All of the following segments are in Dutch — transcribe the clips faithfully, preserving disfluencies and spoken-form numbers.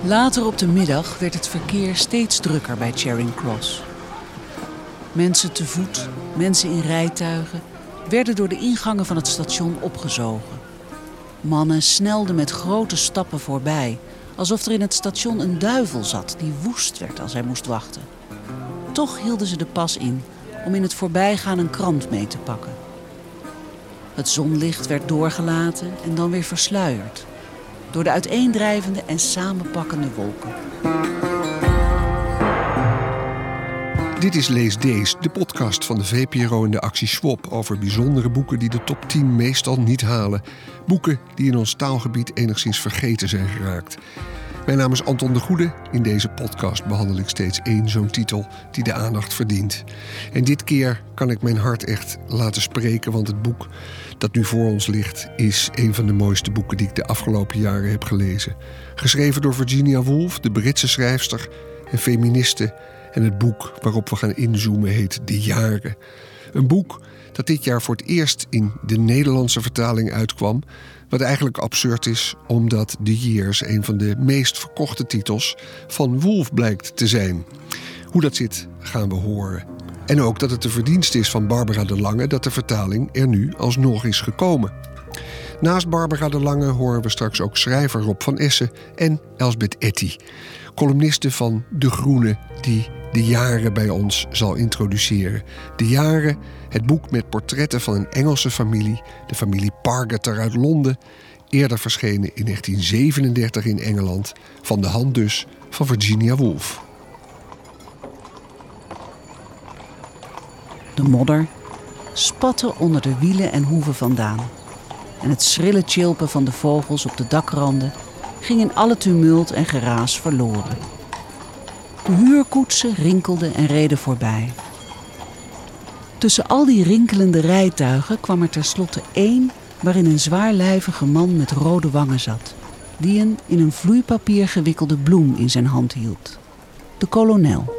Later op de middag werd het verkeer steeds drukker bij Charing Cross. Mensen te voet, mensen in rijtuigen werden door de ingangen van het station opgezogen. Mannen snelden met grote stappen voorbij, alsof er in het station een duivel zat die woest werd als hij moest wachten. Toch hielden ze de pas in om in het voorbijgaan een krant mee te pakken. Het zonlicht werd doorgelaten en dan weer versluierd door de uiteendrijvende en samenpakkende wolken. Dit is Lees Deze, de podcast van de V P R O en de actie Swap over bijzondere boeken die de top tien meestal niet halen. Boeken die in ons taalgebied enigszins vergeten zijn geraakt. Mijn naam is Anton de Goede. In deze podcast behandel ik steeds één zo'n titel die de aandacht verdient. En dit keer kan ik mijn hart echt laten spreken, want het boek dat nu voor ons ligt is een van de mooiste boeken die ik de afgelopen jaren heb gelezen. Geschreven door Virginia Woolf, de Britse schrijfster en feministe. En het boek waarop we gaan inzoomen heet De Jaren. Een boek dat dit jaar voor het eerst in de Nederlandse vertaling uitkwam. Wat eigenlijk absurd is, omdat The Years een van de meest verkochte titels van Woolf blijkt te zijn. Hoe dat zit, gaan we horen. En ook dat het de verdienste is van Barbara de Lange dat de vertaling er nu alsnog is gekomen. Naast Barbara de Lange horen we straks ook schrijver Rob van Essen en Elsbeth Etty, columniste van De Groene, die De Jaren bij ons zal introduceren. De Jaren, het boek met portretten van een Engelse familie, de familie Pargeter uit Londen, eerder verschenen in negentien zevenendertig in Engeland, van de hand dus van Virginia Woolf. De modder spatte onder de wielen en hoeven vandaan. En het schrille tjilpen van de vogels op de dakranden ging in alle tumult en geraas verloren. De huurkoetsen rinkelden en reden voorbij. Tussen al die rinkelende rijtuigen kwam er tenslotte één waarin een zwaarlijvige man met rode wangen zat, die een in een vloeipapier gewikkelde bloem in zijn hand hield. De kolonel.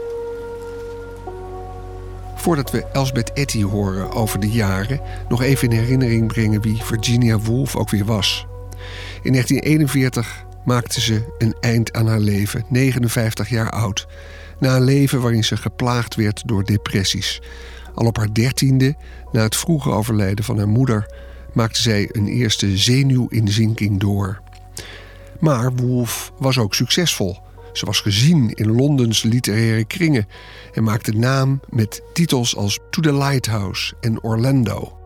Voordat we Elsbeth Etty horen over De Jaren, nog even in herinnering brengen wie Virginia Woolf ook weer was. In negentien eenenveertig maakte ze een eind aan haar leven, negenenvijftig jaar oud. Na een leven waarin ze geplaagd werd door depressies. Al op haar dertiende, na het vroege overlijden van haar moeder, maakte zij een eerste zenuwinzinking door. Maar Woolf was ook succesvol. Ze was gezien in Londens literaire kringen en maakte naam met titels als To the Lighthouse en Orlando.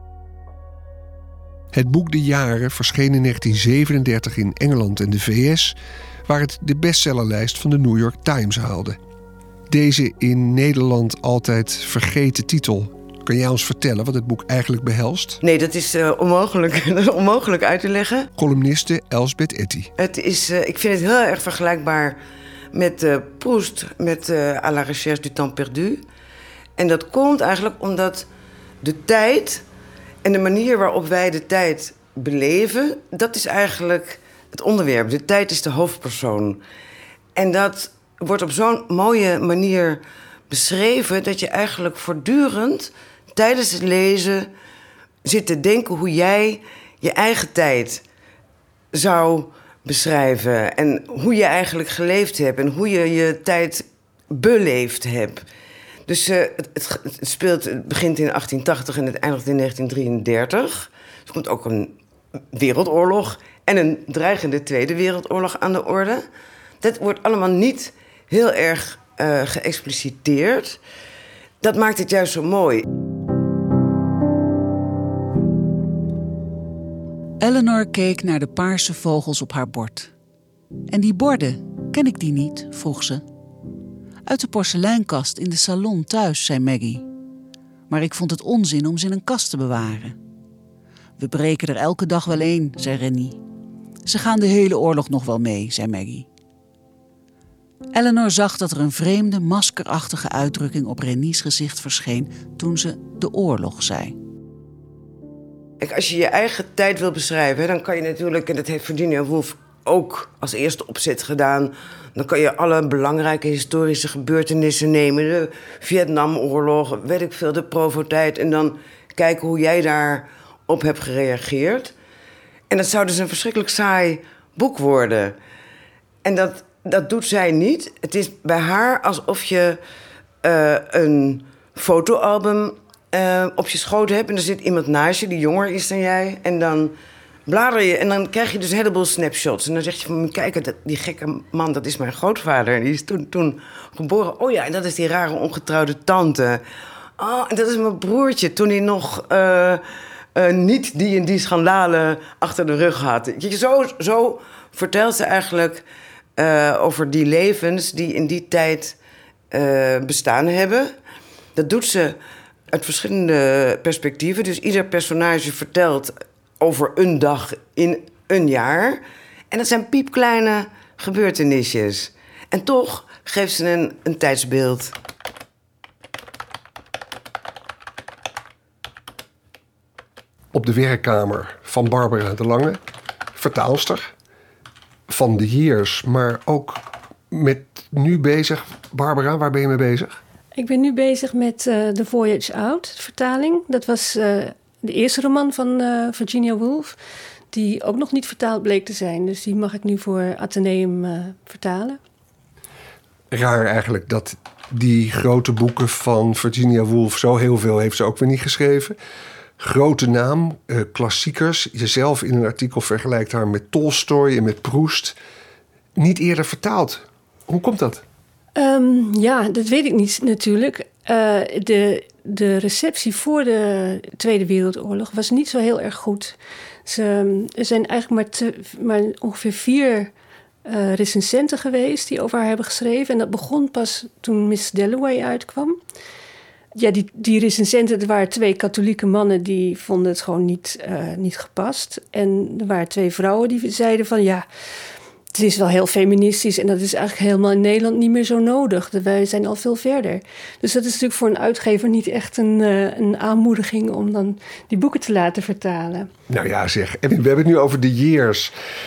Het boek De Jaren verscheen in negentien zevenendertig in Engeland en de V S, waar het de bestsellerlijst van de New York Times haalde. Deze in Nederland altijd vergeten titel. Kan jij ons vertellen wat het boek eigenlijk behelst? Nee, dat is uh, onmogelijk, dat is onmogelijk uit te leggen. Columniste Elsbeth Etty. Het is, uh, ik vind het heel erg vergelijkbaar met uh, Proust, met uh, À la recherche du temps perdu. En dat komt eigenlijk omdat de tijd en de manier waarop wij de tijd beleven, dat is eigenlijk het onderwerp. De tijd is de hoofdpersoon. En dat wordt op zo'n mooie manier beschreven dat je eigenlijk voortdurend tijdens het lezen zit te denken hoe jij je eigen tijd zou beschrijven. En hoe je eigenlijk geleefd hebt en hoe je je tijd beleefd hebt. Dus uh, het, het, het, speelt, het begint in achttien tachtig en het eindigt in negentien drieëndertig. Er komt ook een wereldoorlog en een dreigende Tweede Wereldoorlog aan de orde. Dat wordt allemaal niet heel erg uh, geëxpliciteerd. Dat maakt het juist zo mooi. Eleanor keek naar de paarse vogels op haar bord. En die borden, ken ik die niet? Vroeg ze. Uit de porseleinkast in de salon thuis, zei Maggie. Maar ik vond het onzin om ze in een kast te bewaren. We breken er elke dag wel één, zei Rennie. Ze gaan de hele oorlog nog wel mee, zei Maggie. Eleanor zag dat er een vreemde, maskerachtige uitdrukking op Rennie's gezicht verscheen toen ze de oorlog zei. Kijk, als je je eigen tijd wil beschrijven, dan kan je natuurlijk, en dat heeft Virginia Woolf ook als eerste opzet gedaan, dan kan je alle belangrijke historische gebeurtenissen nemen. De Vietnamoorlog, weet ik veel, de Provo-tijd. En dan kijken hoe jij daarop hebt gereageerd. En dat zou dus een verschrikkelijk saai boek worden. En dat dat doet zij niet. Het is bij haar alsof je uh, een fotoalbum uh, op je schoot hebt... en er zit iemand naast je die jonger is dan jij... en dan blader je en dan krijg je dus een heleboel snapshots. En dan zeg je van, kijk, dat, die gekke man, dat is mijn grootvader. Die is toen, toen geboren. Oh ja, en dat is die rare ongetrouwde tante. Oh, en dat is mijn broertje, toen hij nog... Uh, Uh, niet die en die schandalen achter de rug had. Je, zo, zo vertelt ze eigenlijk uh, over die levens die in die tijd uh, bestaan hebben. Dat doet ze uit verschillende perspectieven. Dus ieder personage vertelt over een dag in een jaar. En dat zijn piepkleine gebeurtenisjes. En toch geeft ze een, een tijdsbeeld. Op de werkkamer van Barbara de Lange, vertaalster van The Years, maar ook met nu bezig. Barbara, waar ben je mee bezig? Ik ben nu bezig met uh, The Voyage Out, de vertaling. Dat was uh, de eerste roman van uh, Virginia Woolf, die ook nog niet vertaald bleek te zijn. Dus die mag ik nu voor Atheneum uh, vertalen. Raar eigenlijk dat die grote boeken van Virginia Woolf, zo heel veel heeft ze ook weer niet geschreven. Grote naam, uh, klassiekers. Jezelf in een artikel vergelijkt haar met Tolstoy en met Proust. Niet eerder vertaald. Hoe komt dat? Um, ja, dat weet ik niet natuurlijk. Uh, de, de receptie voor de Tweede Wereldoorlog was niet zo heel erg goed. Ze, er zijn eigenlijk maar, te, maar ongeveer vier uh, recensenten geweest die over haar hebben geschreven. En dat begon pas toen Miss Dalloway uitkwam. Ja, die, die recensenten, er waren twee katholieke mannen die vonden het gewoon niet, uh, niet gepast. En er waren twee vrouwen die zeiden van ja, het is wel heel feministisch en dat is eigenlijk helemaal in Nederland niet meer zo nodig. Wij zijn al veel verder. Dus dat is natuurlijk voor een uitgever niet echt een, uh, een aanmoediging om dan die boeken te laten vertalen. Nou ja, zeg. En we hebben het nu over The Years.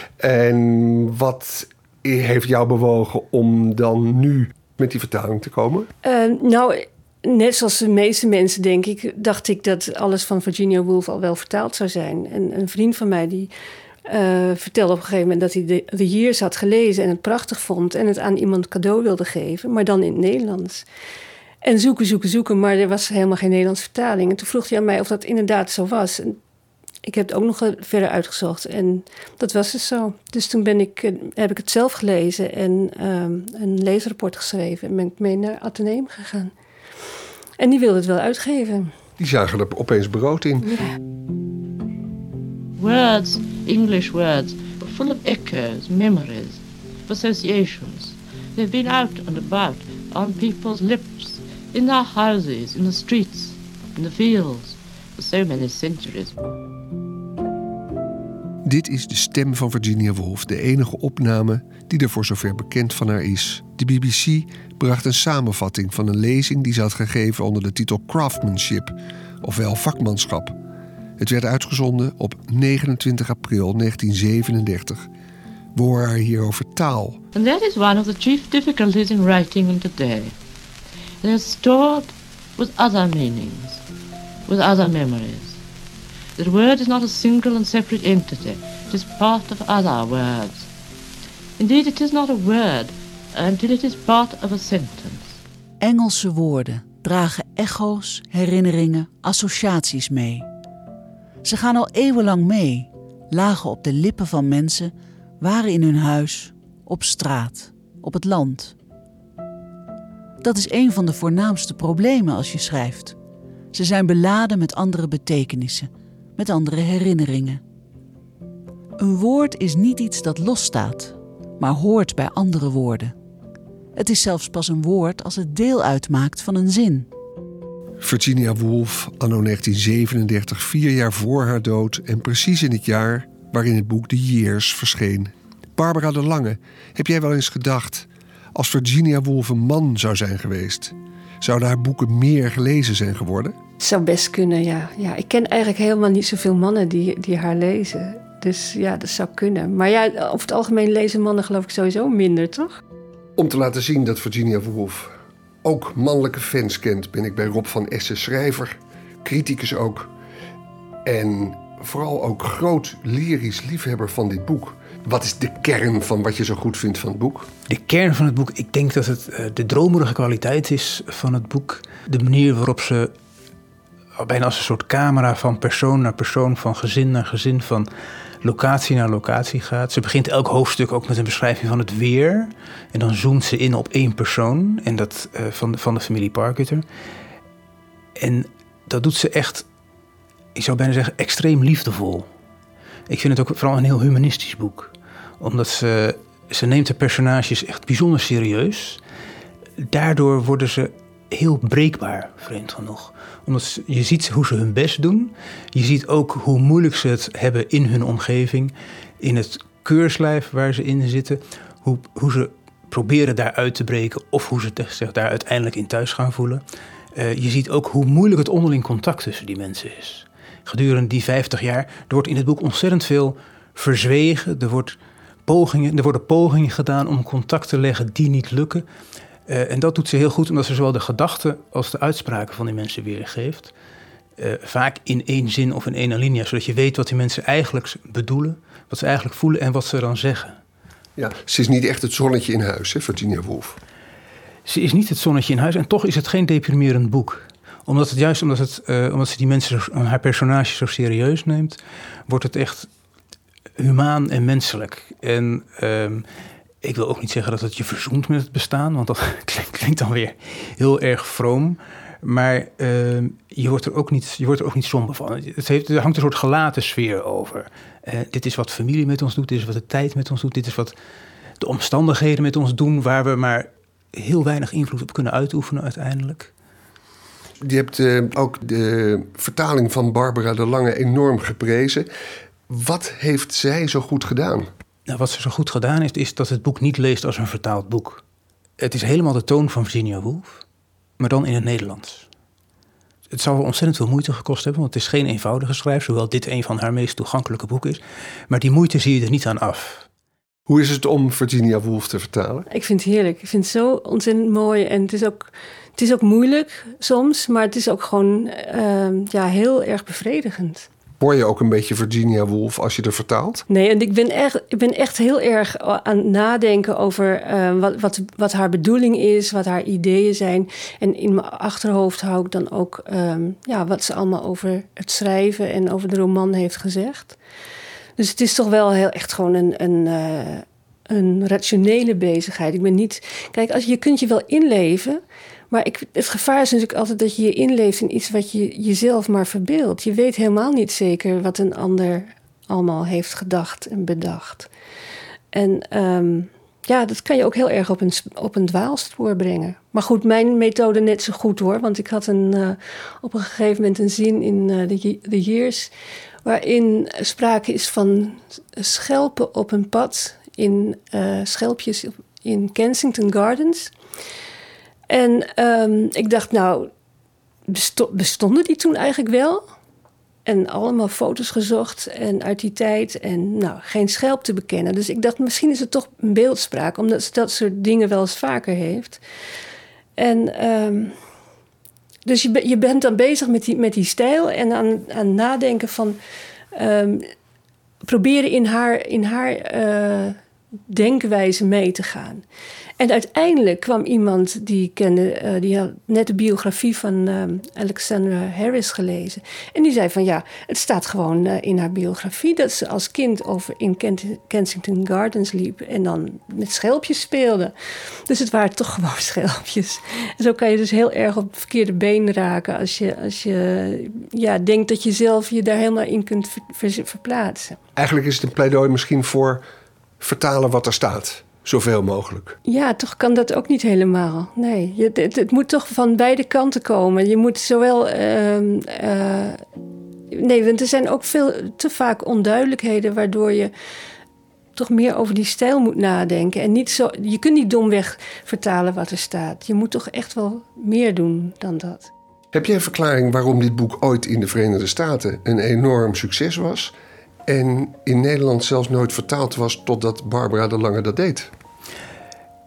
En wat heeft jou bewogen om dan nu met die vertaling te komen? Uh, nou... Net zoals de meeste mensen, denk ik, dacht ik dat alles van Virginia Woolf al wel vertaald zou zijn. En een vriend van mij die uh, vertelde op een gegeven moment dat hij The, The Years had gelezen en het prachtig vond en het aan iemand cadeau wilde geven, maar dan in het Nederlands. En zoeken, zoeken, zoeken, maar er was helemaal geen Nederlandse vertaling. En toen vroeg hij aan mij of dat inderdaad zo was. En ik heb het ook nog verder uitgezocht en dat was dus zo. Dus toen ben ik, heb ik het zelf gelezen en um, een leesrapport geschreven en ben ik mee naar Atheneum gegaan. En die wilde het wel uitgeven. Die zagen er opeens brood in. Ja. Words, English words, were full of echoes, memories, associations. They've been out and about on people's lips, in their houses, in the streets, in the fields, for so many centuries. Dit is de stem van Virginia Woolf, de enige opname die er voor zover bekend van haar is. De B B C bracht een samenvatting van een lezing die ze had gegeven onder de titel Craftsmanship, ofwel vakmanschap. Het werd uitgezonden op negenentwintig april negentien zevenendertig. We horen haar hier over taal. And that is one of the chief difficulties in writing in today. It is stored with other meanings, with other memories. The word is not a single and separate entity. It is part of other words. Indeed, it is not a word until it is part of a sentence. Engelse woorden dragen echo's, herinneringen, associaties mee. Ze gaan al eeuwenlang mee, lagen op de lippen van mensen, waren in hun huis, op straat, op het land. Dat is een van de voornaamste problemen als je schrijft. Ze zijn beladen met andere betekenissen, met andere herinneringen. Een woord is niet iets dat losstaat, maar hoort bij andere woorden. Het is zelfs pas een woord als het deel uitmaakt van een zin. Virginia Woolf, anno negentien zevenendertig, vier jaar voor haar dood en precies in het jaar waarin het boek The Years verscheen. Barbara de Lange, heb jij wel eens gedacht, als Virginia Woolf een man zou zijn geweest, zouden haar boeken meer gelezen zijn geworden? Het zou best kunnen, ja. ja. Ik ken eigenlijk helemaal niet zoveel mannen die, die haar lezen. Dus ja, dat zou kunnen. Maar ja, over het algemeen lezen mannen geloof ik sowieso minder, toch? Om te laten zien dat Virginia Woolf ook mannelijke fans kent, ben ik bij Rob van Essen, schrijver, criticus ook. En vooral ook groot lyrisch liefhebber van dit boek. Wat is de kern van wat je zo goed vindt van het boek? De kern van het boek, ik denk dat het uh, de dromerige kwaliteit is van het boek. De manier waarop ze bijna als een soort camera van persoon naar persoon, van gezin naar gezin, van locatie naar locatie gaat. Ze begint elk hoofdstuk ook met een beschrijving van het weer. En dan zoomt ze in op één persoon, en dat uh, van, de, van de familie Parketer. En dat doet ze echt, ik zou bijna zeggen, extreem liefdevol. Ik vind het ook vooral een heel humanistisch boek. Omdat ze, ze neemt de personages echt bijzonder serieus. Daardoor worden ze heel breekbaar, vreemd genoeg. Omdat ze, je ziet hoe ze hun best doen. Je ziet ook hoe moeilijk ze het hebben in hun omgeving. In het keurslijf waar ze in zitten. Hoe, hoe ze proberen daaruit te breken. Of hoe ze zich daar uiteindelijk in thuis gaan voelen. Uh, je ziet ook hoe moeilijk het onderling contact tussen die mensen is. Gedurende die vijftig jaar, er wordt in het boek ontzettend veel verzwegen. Er, wordt pogingen, er worden pogingen gedaan om contact te leggen die niet lukken. Uh, en dat doet ze heel goed, omdat ze zowel de gedachten als de uitspraken van die mensen weergeeft. Uh, vaak in één zin of in één alinea, zodat je weet wat die mensen eigenlijk bedoelen, wat ze eigenlijk voelen en wat ze dan zeggen. Ja, ze is niet echt het zonnetje in huis, hè, Virginia Woolf. Ze is niet het zonnetje in huis en toch is het geen deprimerend boek. Omdat het juist omdat, het, uh, omdat ze die mensen, zo, haar personage zo serieus neemt, wordt het echt humaan en menselijk. En um, ik wil ook niet zeggen dat het je verzoent met het bestaan, want dat klinkt, klinkt dan weer heel erg vroom. Maar uh, je wordt er ook niet, je wordt er ook niet somber van. Het heeft, er hangt een soort gelaten sfeer over. Uh, dit is wat familie met ons doet, dit is wat de tijd met ons doet, dit is wat de omstandigheden met ons doen, waar we maar heel weinig invloed op kunnen uitoefenen uiteindelijk. Je hebt uh, ook de vertaling van Barbara de Lange enorm geprezen. Wat heeft zij zo goed gedaan? Nou, wat ze zo goed gedaan heeft, is dat het boek niet leest als een vertaald boek. Het is helemaal de toon van Virginia Woolf, maar dan in het Nederlands. Het zou wel ontzettend veel moeite gekost hebben, want het is geen eenvoudige schrijf, hoewel dit een van haar meest toegankelijke boeken is. Maar die moeite zie je er niet aan af. Hoe is het om Virginia Woolf te vertalen? Ik vind het heerlijk. Ik vind het zo ontzettend mooi. En het is ook, het is ook moeilijk soms, maar het is ook gewoon uh, ja, heel erg bevredigend. Hoor je ook een beetje Virginia Woolf als je er vertaalt? Nee, en ik ben echt, ik ben echt heel erg aan het nadenken over uh, wat, wat, wat haar bedoeling is, wat haar ideeën zijn. En in mijn achterhoofd hou ik dan ook um, ja, wat ze allemaal over het schrijven en over de roman heeft gezegd. Dus het is toch wel heel echt gewoon een, een, uh, een rationele bezigheid. Ik ben niet. Kijk, als, je kunt je wel inleven. Maar ik, het gevaar is natuurlijk altijd dat je je inleeft in iets wat je jezelf maar verbeeldt. Je weet helemaal niet zeker wat een ander allemaal heeft gedacht en bedacht. En um, ja, dat kan je ook heel erg op een, op een dwaalspoor brengen. Maar goed, mijn methode net zo goed hoor. Want ik had een, uh, op een gegeven moment een zin in uh, The, The Years, waarin sprake is van schelpen op een pad in uh, schelpjes in Kensington Gardens. En um, ik dacht, nou, besto- bestonden die toen eigenlijk wel? En allemaal foto's gezocht en uit die tijd en nou, geen schelp te bekennen. Dus ik dacht, misschien is het toch een beeldspraak, omdat ze dat soort dingen wel eens vaker heeft. En um, dus je, je bent dan bezig met die, met die stijl en aan, aan nadenken van um, proberen in haar, in haar uh, denkwijze mee te gaan. En uiteindelijk kwam iemand die ik kende, uh, die had net de biografie van uh, Alexandra Harris gelezen. En die zei van ja, het staat gewoon uh, in haar biografie dat ze als kind over in Kent- Kensington Gardens liep en dan met schelpjes speelde. Dus het waren toch gewoon schelpjes. En zo kan je dus heel erg op het verkeerde been raken als je, als je ja, denkt dat je zelf je daar helemaal in kunt ver- ver- verplaatsen. Eigenlijk is het een pleidooi misschien voor vertalen wat er staat. Zoveel mogelijk. Ja, toch kan dat ook niet helemaal. Nee, je, het, het moet toch van beide kanten komen. Je moet zowel... Uh, uh, nee, want er zijn ook veel te vaak onduidelijkheden waardoor je toch meer over die stijl moet nadenken. En niet zo, je kunt niet domweg vertalen wat er staat. Je moet toch echt wel meer doen dan dat. Heb jij een verklaring waarom dit boek ooit in de Verenigde Staten een enorm succes was en in Nederland zelfs nooit vertaald was totdat Barbara de Lange dat deed?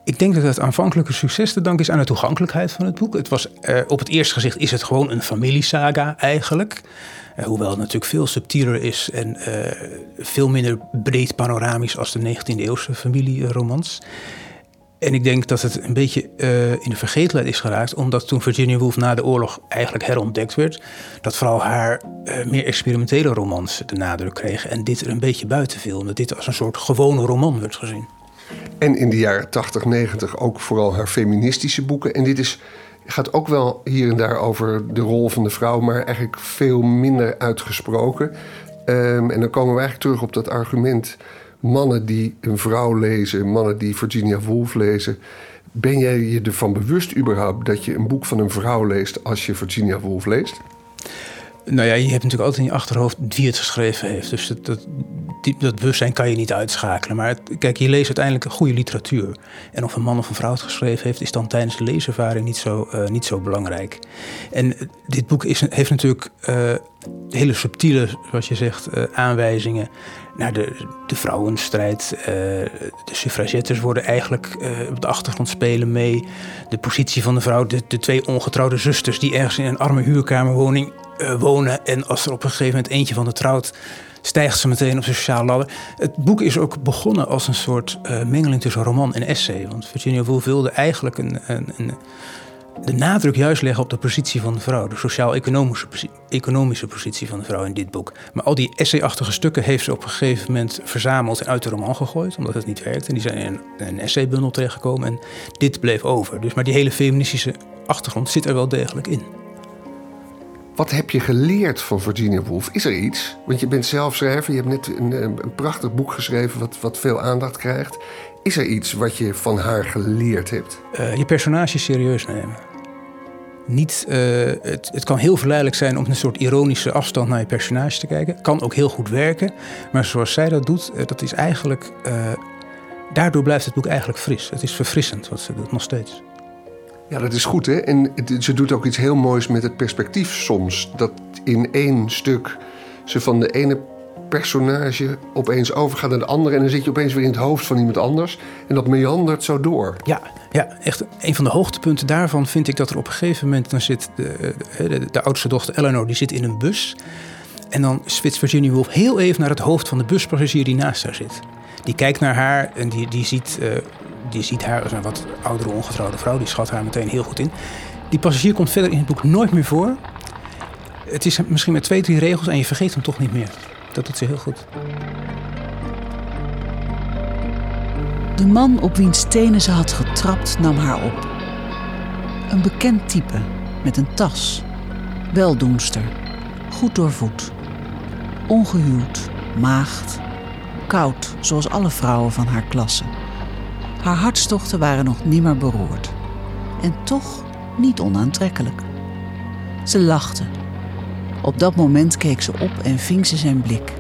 Ik denk dat het aanvankelijke succes te danken is aan de toegankelijkheid van het boek. Het was, uh, op het eerste gezicht is het gewoon een familiesaga eigenlijk. Uh, hoewel het natuurlijk veel subtieler is en uh, veel minder breed panoramisch als de negentiende eeuwse familieromans. En ik denk dat het een beetje uh, in de vergetelheid is geraakt, omdat toen Virginia Woolf na de oorlog eigenlijk herontdekt werd, dat vooral haar uh, meer experimentele romans de nadruk kregen en dit er een beetje buiten viel, omdat dit als een soort gewone roman werd gezien. En in de jaren tachtig, negentig ook vooral haar feministische boeken. En dit is, gaat ook wel hier en daar over de rol van de vrouw, maar eigenlijk veel minder uitgesproken. Um, en dan komen we eigenlijk terug op dat argument. Mannen die een vrouw lezen, mannen die Virginia Woolf lezen. Ben jij je ervan bewust überhaupt dat je een boek van een vrouw leest als je Virginia Woolf leest? Nou ja, je hebt natuurlijk altijd in je achterhoofd wie het geschreven heeft. Dus dat, dat, die, dat bewustzijn kan je niet uitschakelen. Maar het, kijk, je leest uiteindelijk een goede literatuur. En of een man of een vrouw het geschreven heeft, is dan tijdens de leeservaring niet zo, uh, niet zo belangrijk. En dit boek is, heeft natuurlijk uh, hele subtiele, zoals je zegt, uh, aanwijzingen naar de, de vrouwenstrijd. Uh, de suffragettes worden eigenlijk uh, op de achtergrond spelen mee. De positie van de vrouw, de, de twee ongetrouwde zusters die ergens in een arme huurkamerwoning uh, wonen. En als er op een gegeven moment eentje van de trouwt, stijgt ze meteen op de sociale ladder. Het boek is ook begonnen als een soort uh, mengeling tussen roman en essay. Want Virginia Woolf wilde eigenlijk een, een, een, de nadruk juist leggen op de positie van de vrouw. De sociaal-economische economische positie van de vrouw in dit boek. Maar al die essayachtige stukken heeft ze op een gegeven moment verzameld en uit de roman gegooid, omdat het niet werkte. En die zijn in een essaybundel terechtgekomen en dit bleef over. Dus, maar die hele feministische achtergrond zit er wel degelijk in. Wat heb je geleerd van Virginia Woolf? Is er iets? Want je bent zelf schrijver, je hebt net een, een prachtig boek geschreven wat, wat veel aandacht krijgt. Is er iets wat je van haar geleerd hebt? Uh, je personage serieus nemen. Niet, uh, het, het kan heel verleidelijk zijn om een soort ironische afstand naar je personage te kijken. Kan ook heel goed werken. Maar zoals zij dat doet, uh, dat is eigenlijk, uh, daardoor blijft het boek eigenlijk fris. Het is verfrissend wat ze doet, nog steeds. Ja, dat is goed, hè? En het, ze doet ook iets heel moois met het perspectief soms. Dat in één stuk ze van de ene personage opeens overgaat naar de andere en dan zit je opeens weer in het hoofd van iemand anders. En dat meandert zo door. Ja, ja, echt een van de hoogtepunten daarvan vind ik dat er op een gegeven moment, dan zit de, de, de oudste dochter Eleanor, die zit in een bus. En dan switcht Virginia Woolf heel even naar het hoofd van de buspassagier die naast haar zit. Die kijkt naar haar en die, die, ziet, uh, die ziet haar als een wat oudere ongetrouwde vrouw. Die schat haar meteen heel goed in. Die passagier komt verder in het boek nooit meer voor. Het is misschien met twee, drie regels en je vergeet hem toch niet meer. Dat doet ze heel goed. De man op wiens tenen ze had getrapt nam haar op. Een bekend type met een tas. Weldoenster. Goed doorvoed. Ongehuwd. Maagd. Koud, zoals alle vrouwen van haar klasse. Haar hartstochten waren nog nimmer beroerd. En toch niet onaantrekkelijk. Ze lachte. Op dat moment keek ze op en ving ze zijn blik.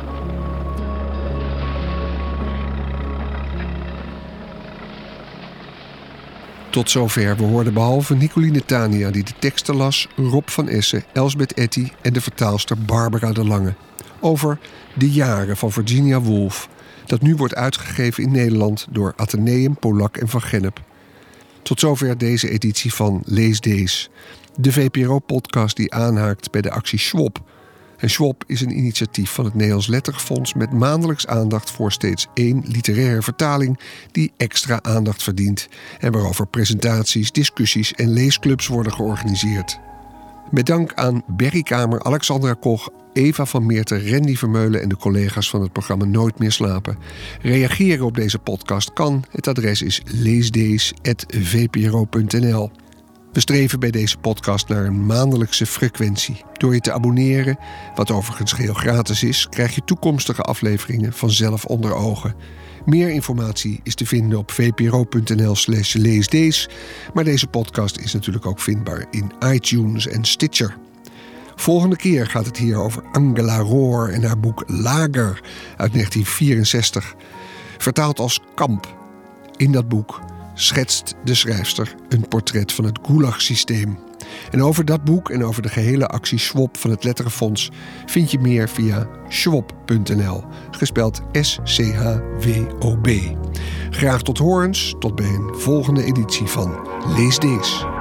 Tot zover. We hoorden behalve Nicoline Tania, die de teksten las, Rob van Essen, Elsbeth Etty en de vertaalster Barbara de Lange. Over De Jaren van Virginia Woolf, dat nu wordt uitgegeven in Nederland door Atheneum, Polak en Van Gennep. Tot zover deze editie van Lees Dees, de V P R O-podcast die aanhaakt bij de actie Schwab. En Schwab is een initiatief van het Nederlands Letterfonds met maandelijks aandacht voor steeds één literaire vertaling die extra aandacht verdient en waarover presentaties, discussies en leesclubs worden georganiseerd. Met dank aan Berry Kamer, Alexandra Koch, Eva van Meerten, Randy Vermeulen en de collega's van het programma Nooit meer slapen. Reageren op deze podcast kan. Het adres is leesdees apenstaartje v p r o punt n l. We streven bij deze podcast naar een maandelijkse frequentie. Door je te abonneren, wat overigens geheel gratis is, krijg je toekomstige afleveringen vanzelf onder ogen. Meer informatie is te vinden op v p r o punt n l slash leesdees. Maar deze podcast is natuurlijk ook vindbaar in iTunes en Stitcher. Volgende keer gaat het hier over Angela Rohr en haar boek Lager uit negentien vierenzestig. Vertaald als kamp. In dat boek schetst de schrijfster een portret van het Gulag-systeem. En over dat boek en over de gehele actie Schwab van het Letterenfonds vind je meer via schwab punt n l, gespeld S C H W O B. Graag tot horens, tot bij een volgende editie van Lees Deze.